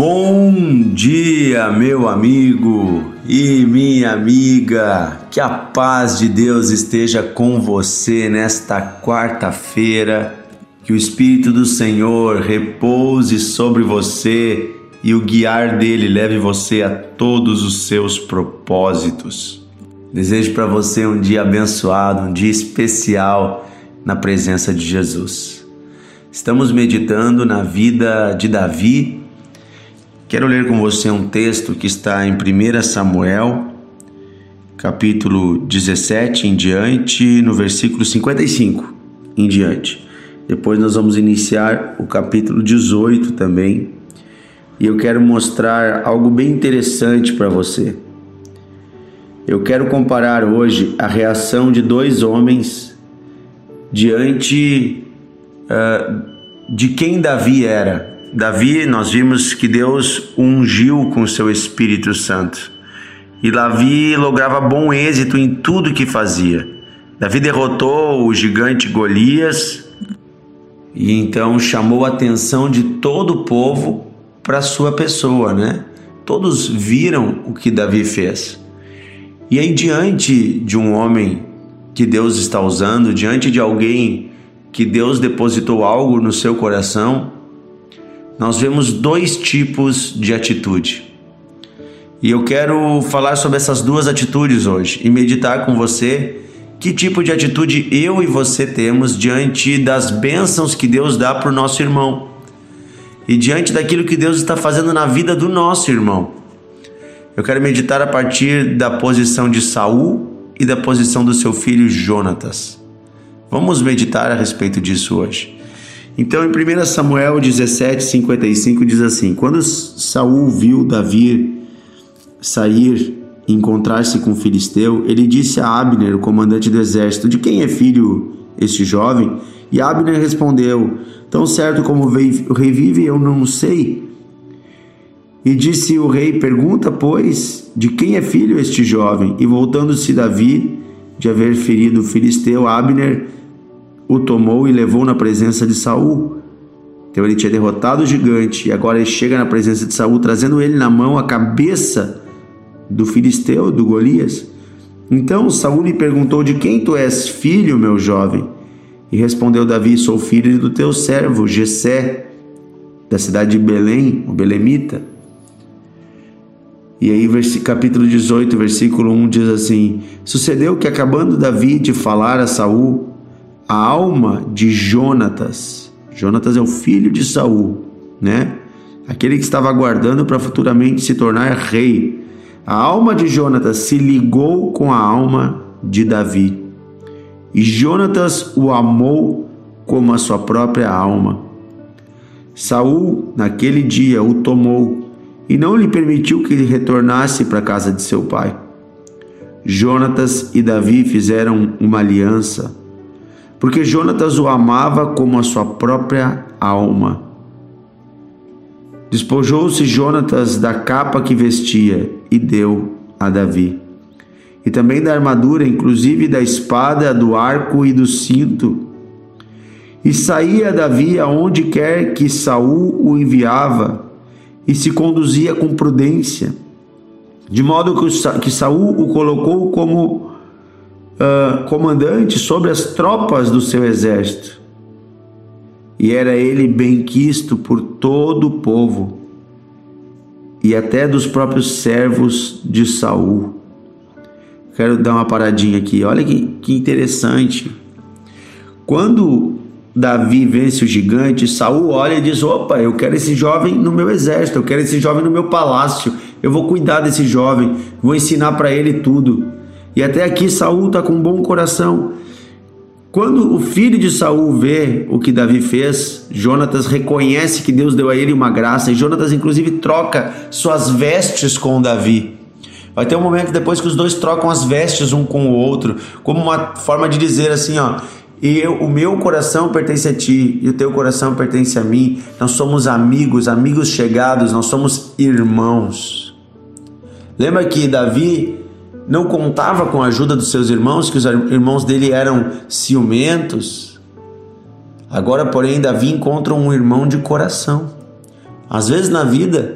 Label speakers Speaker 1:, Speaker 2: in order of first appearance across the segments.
Speaker 1: Bom dia, meu amigo e minha amiga, que a paz de Deus esteja com você nesta quarta-feira, que o Espírito do Senhor repouse sobre você e o guiar dele leve você a todos os seus propósitos. Desejo para você um dia abençoado, um dia especial na presença de Jesus. Estamos meditando na vida de Davi. Quero ler com você um texto que está em 1 Samuel, capítulo 17 em diante, no versículo 55 em diante. Depois nós vamos iniciar o capítulo 18 também. E eu quero mostrar algo bem interessante para você. Eu quero comparar hoje a reação de dois homens diante de quem Davi era. Davi, nós vimos que Deus o ungiu com o seu Espírito Santo. E Davi lograva bom êxito em tudo que fazia. Davi derrotou o gigante Golias e então chamou a atenção de todo o povo para a sua pessoa, né? Todos viram o que Davi fez. E aí, diante de um homem que Deus está usando, diante de alguém que Deus depositou algo no seu coração, nós vemos dois tipos de atitude. E eu quero falar sobre essas duas atitudes hoje e meditar com você que tipo de atitude eu e você temos diante das bênçãos que Deus dá para o nosso irmão e diante daquilo que Deus está fazendo na vida do nosso irmão. Eu quero meditar a partir da posição de Saul e da posição do seu filho Jonatas. Vamos meditar a respeito disso hoje. Então, em 1 Samuel 17:55 diz assim: quando Saul viu Davi sair e encontrar-se com o filisteu, ele disse a Abner, o comandante do exército: de quem é filho este jovem? E Abner respondeu: tão certo como o rei vive, eu não sei. E disse o rei: pergunta, pois, de quem é filho este jovem? E voltando-se Davi de haver ferido o filisteu, Abner o tomou e levou na presença de Saul. Então ele tinha derrotado o gigante e agora ele chega na presença de Saul, trazendo ele na mão a cabeça do filisteu, do Golias. Então Saul lhe perguntou: de quem tu és filho, meu jovem? E respondeu Davi: sou filho do teu servo Jessé, da cidade de Belém, o belemita. E aí capítulo 18, versículo 1 diz assim: sucedeu que, acabando Davi de falar a Saul, a alma de Jonatas é o filho de Saul, né? Aquele que estava aguardando para futuramente se tornar rei. A alma de Jonatas se ligou com a alma de Davi, e Jonatas o amou como a sua própria alma. Saul, naquele dia, o tomou e não lhe permitiu que ele retornasse para a casa de seu pai. Jonatas e Davi fizeram uma aliança, porque Jonatas o amava como a sua própria alma. Despojou-se Jonatas da capa que vestia e deu a Davi, e também da armadura, inclusive da espada, do arco e do cinto. E saía Davi aonde quer que Saul o enviava, e se conduzia com prudência, de modo que Saul o colocou como comandante sobre as tropas do seu exército. E era ele benquisto por todo o povo e até dos próprios servos de Saul. Quero dar uma paradinha aqui. Olha que interessante. Quando Davi vence o gigante, Saul olha e diz: opa, eu quero esse jovem no meu exército, eu quero esse jovem no meu palácio, eu vou cuidar desse jovem, vou ensinar para ele tudo. E até aqui Saul está com um bom coração. Quando o filho de Saul vê o que Davi fez, Jonatas reconhece que Deus deu a ele uma graça, e Jonatas inclusive troca suas vestes com Davi. Vai ter um momento depois que os dois trocam as vestes um com o outro, como uma forma de dizer assim, ó: o meu coração pertence a ti e o teu coração pertence a mim. Nós somos amigos chegados, nós somos irmãos. Lembra que Davi não contava com a ajuda dos seus irmãos, que os irmãos dele eram ciumentos? Agora, porém, Davi encontra um irmão de coração. Às vezes na vida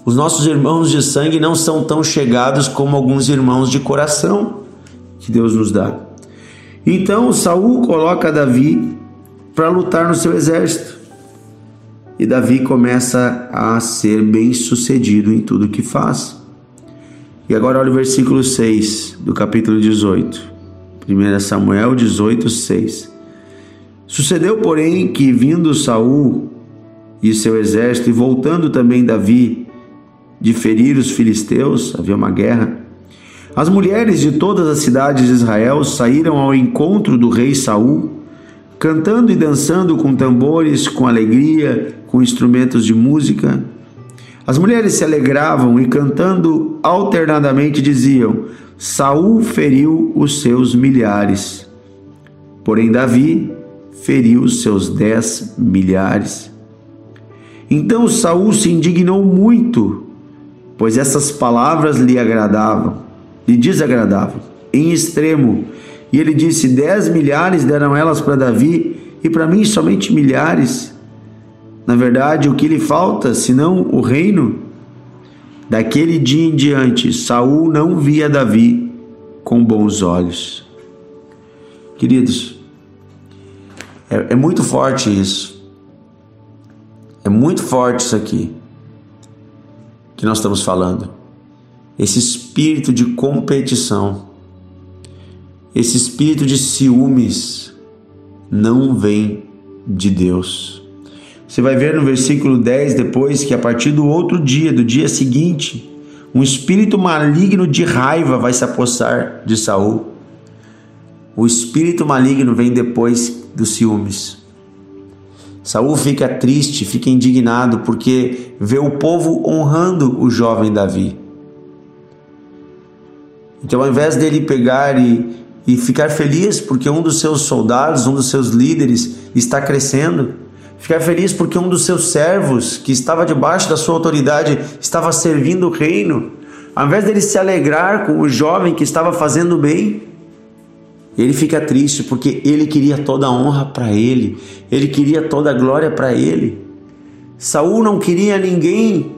Speaker 1: Os nossos irmãos de sangue não são tão chegados como alguns irmãos de coração que Deus nos dá. Então Saul coloca Davi para lutar no seu exército. E Davi começa a ser bem sucedido em tudo que faz. E agora olha o versículo 6 do capítulo 18. 1 Samuel 18, 6. Sucedeu, porém, que vindo Saul e seu exército, e voltando também Davi de ferir os filisteus, havia uma guerra, as mulheres de todas as cidades de Israel saíram ao encontro do rei Saul, cantando e dançando com tambores, com alegria, com instrumentos de música. As mulheres se alegravam e cantando alternadamente diziam: Saul feriu os seus milhares, porém Davi feriu os seus 10 milhares. Então Saul se indignou muito, pois essas palavras lhe desagradavam em extremo. E ele disse: 10 milhares deram elas para Davi, e para mim somente milhares. Na verdade, o que lhe falta, senão o reino? Daquele dia em diante, Saul não via Davi com bons olhos. Queridos, é muito forte isso. É muito forte isso aqui que nós estamos falando. Esse espírito de competição, esse espírito de ciúmes não vem de Deus. Você vai ver no versículo 10 depois que a partir do outro dia, do dia seguinte, um espírito maligno de raiva vai se apossar de Saul. O espírito maligno vem depois dos ciúmes. Saul fica triste, fica indignado porque vê o povo honrando o jovem Davi. Então, ao invés dele pegar e ficar feliz porque um dos seus soldados, um dos seus líderes está crescendo, ficar feliz porque um dos seus servos, que estava debaixo da sua autoridade, estava servindo o reino, ao invés dele se alegrar com o jovem que estava fazendo bem, ele fica triste porque ele queria toda a honra para ele, ele queria toda a glória para ele. Saul não queria ninguém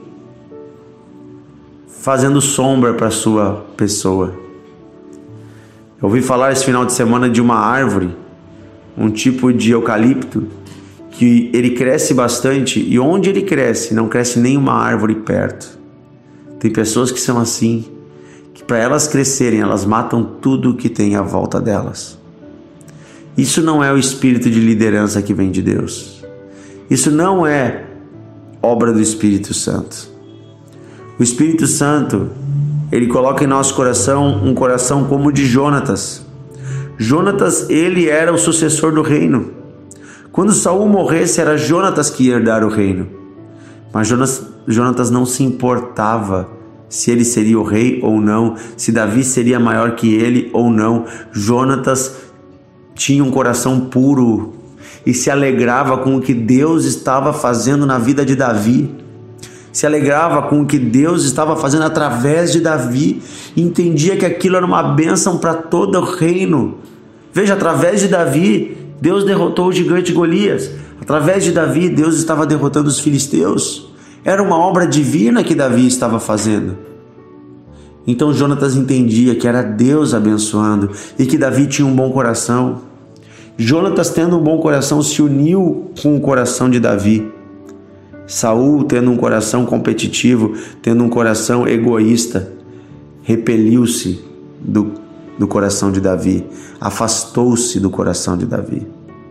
Speaker 1: fazendo sombra para sua pessoa. Eu ouvi falar esse final de semana de uma árvore, um tipo de eucalipto, que ele cresce bastante e onde ele cresce, não cresce nenhuma árvore perto. Tem pessoas que são assim, que para elas crescerem, elas matam tudo que tem à volta delas. Isso não é o espírito de liderança que vem de Deus. Isso não é obra do Espírito Santo. O Espírito Santo, ele coloca em nosso coração um coração como o de Jonatas. Jonatas, ele era o sucessor do reino. Quando Saul morresse, era Jonatas que ia herdar o reino. Mas Jonatas não se importava se ele seria o rei ou não, se Davi seria maior que ele ou não. Jonatas tinha um coração puro e se alegrava com o que Deus estava fazendo na vida de Davi. Se alegrava com o que Deus estava fazendo através de Davi. Entendia que aquilo era uma bênção para todo o reino. Veja, através de Davi, Deus derrotou o gigante Golias. Através de Davi, Deus estava derrotando os filisteus. Era uma obra divina que Davi estava fazendo. Então Jonatas entendia que era Deus abençoando e que Davi tinha um bom coração. Jonatas, tendo um bom coração, se uniu com o coração de Davi. Saul, tendo um coração competitivo, tendo um coração egoísta, repeliu-se do coração de Davi, afastou-se do coração de Davi.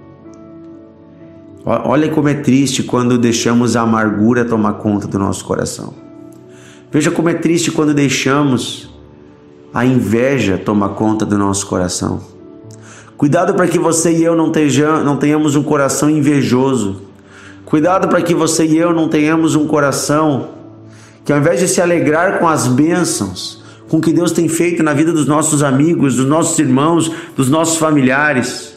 Speaker 1: Olha como é triste quando deixamos a amargura tomar conta do nosso coração. Veja como é triste quando deixamos a inveja tomar conta do nosso coração. Cuidado para que você e eu não tenhamos um coração invejoso. Cuidado para que você e eu não tenhamos um coração que, ao invés de se alegrar com as bênçãos, com o que Deus tem feito na vida dos nossos amigos, dos nossos irmãos, dos nossos familiares,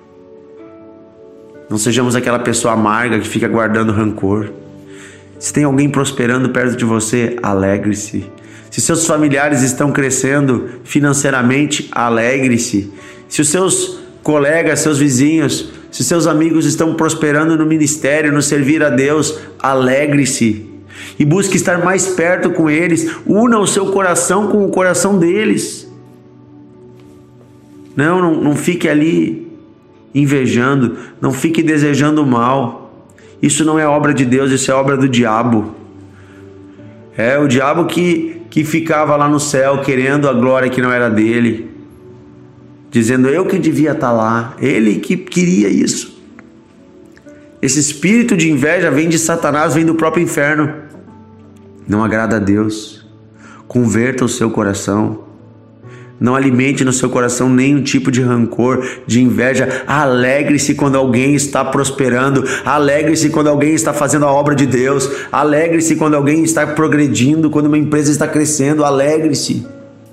Speaker 1: não sejamos aquela pessoa amarga que fica guardando rancor. Se tem alguém prosperando perto de você, alegre-se. Se seus familiares estão crescendo financeiramente, alegre-se. Se os seus colegas, seus vizinhos, se seus amigos estão prosperando no ministério, no servir a Deus, alegre-se. e busque estar mais perto com eles. Una o seu coração com o coração deles. Não fique ali invejando, não fique desejando o mal. Isso não é obra de Deus, isso é obra do diabo. É o diabo que ficava lá no céu querendo a glória que não era dele, dizendo eu que devia estar lá, ele que queria isso. Esse espírito de inveja vem de Satanás, vem do próprio inferno. Não agrada a Deus. Converta o seu coração. Não alimente no seu coração nenhum tipo de rancor, de inveja. Alegre-se quando alguém está prosperando. Alegre-se quando alguém está fazendo a obra de Deus. Alegre-se quando alguém está progredindo, quando uma empresa está crescendo. Alegre-se.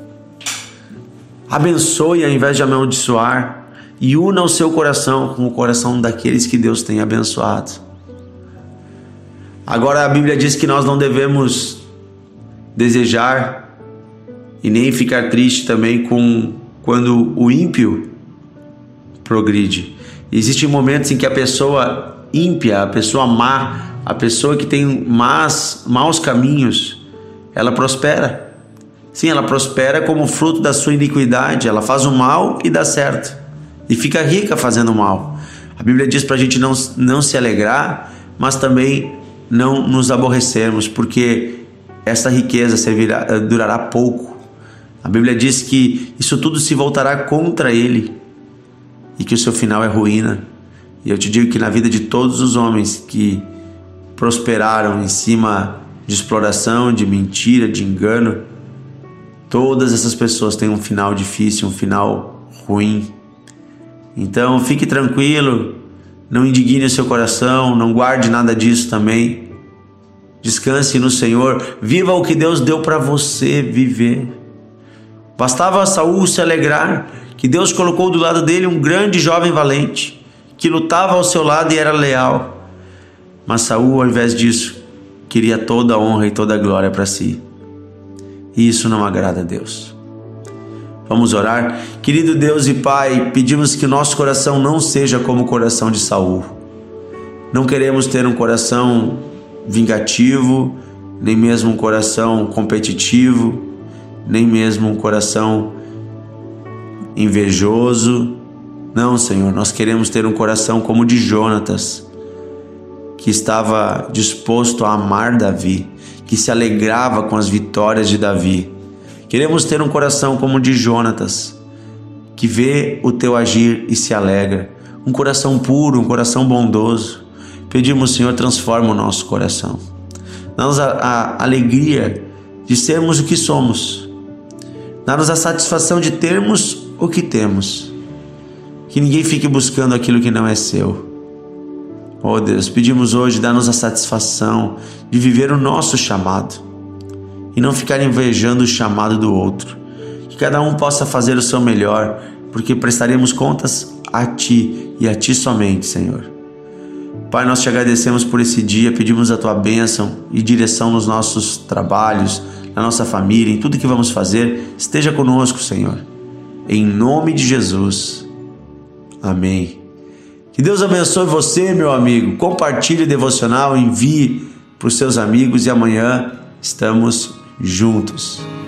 Speaker 1: Abençoe ao invés de amaldiçoar. E una o seu coração com o coração daqueles que Deus tem abençoado. Agora a Bíblia diz que nós não devemos desejar e nem ficar triste também quando o ímpio progride. Existem momentos em que a pessoa ímpia, a pessoa má, a pessoa que tem maus caminhos, ela prospera. Sim, ela prospera como fruto da sua iniquidade. Ela faz o mal e dá certo. E fica rica fazendo mal. A Bíblia diz para a gente não se alegrar, mas também não nos aborrecermos, porque essa riqueza durará pouco. A Bíblia diz que isso tudo se voltará contra ele e que o seu final é ruína. E eu te digo que na vida de todos os homens que prosperaram em cima de exploração, de mentira, de engano, todas essas pessoas têm um final difícil, um final ruim. Então fique tranquilo, não indigne o seu coração, não guarde nada disso também. Descanse no Senhor, viva o que Deus deu para você viver. Bastava Saul se alegrar que Deus colocou do lado dele um grande jovem valente, que lutava ao seu lado e era leal. Mas Saul, ao invés disso, queria toda a honra e toda a glória para si. E isso não agrada a Deus. Vamos orar? Querido Deus e Pai, pedimos que o nosso coração não seja como o coração de Saul. Não queremos ter um coração vingativo, nem mesmo um coração competitivo, nem mesmo um coração invejoso. Não, Senhor, nós queremos ter um coração como o de Jonatas, que estava disposto a amar Davi, que se alegrava com as vitórias de Davi. Queremos ter um coração como o de Jonatas, que vê o teu agir e se alegra. Um coração puro, um coração bondoso. Pedimos, Senhor, transforma o nosso coração. Dá-nos a alegria de sermos o que somos. Dá-nos a satisfação de termos o que temos. Que ninguém fique buscando aquilo que não é seu. Oh Deus, pedimos hoje, dá-nos a satisfação de viver o nosso chamado e não ficar invejando o chamado do outro. Que cada um possa fazer o seu melhor, porque prestaremos contas a Ti e a Ti somente, Senhor. Pai, nós te agradecemos por esse dia, pedimos a Tua bênção e direção nos nossos trabalhos, na nossa família, em tudo que vamos fazer. Esteja conosco, Senhor. Em nome de Jesus. Amém. Que Deus abençoe você, meu amigo. Compartilhe o devocional, envie para os seus amigos e amanhã estamos juntos.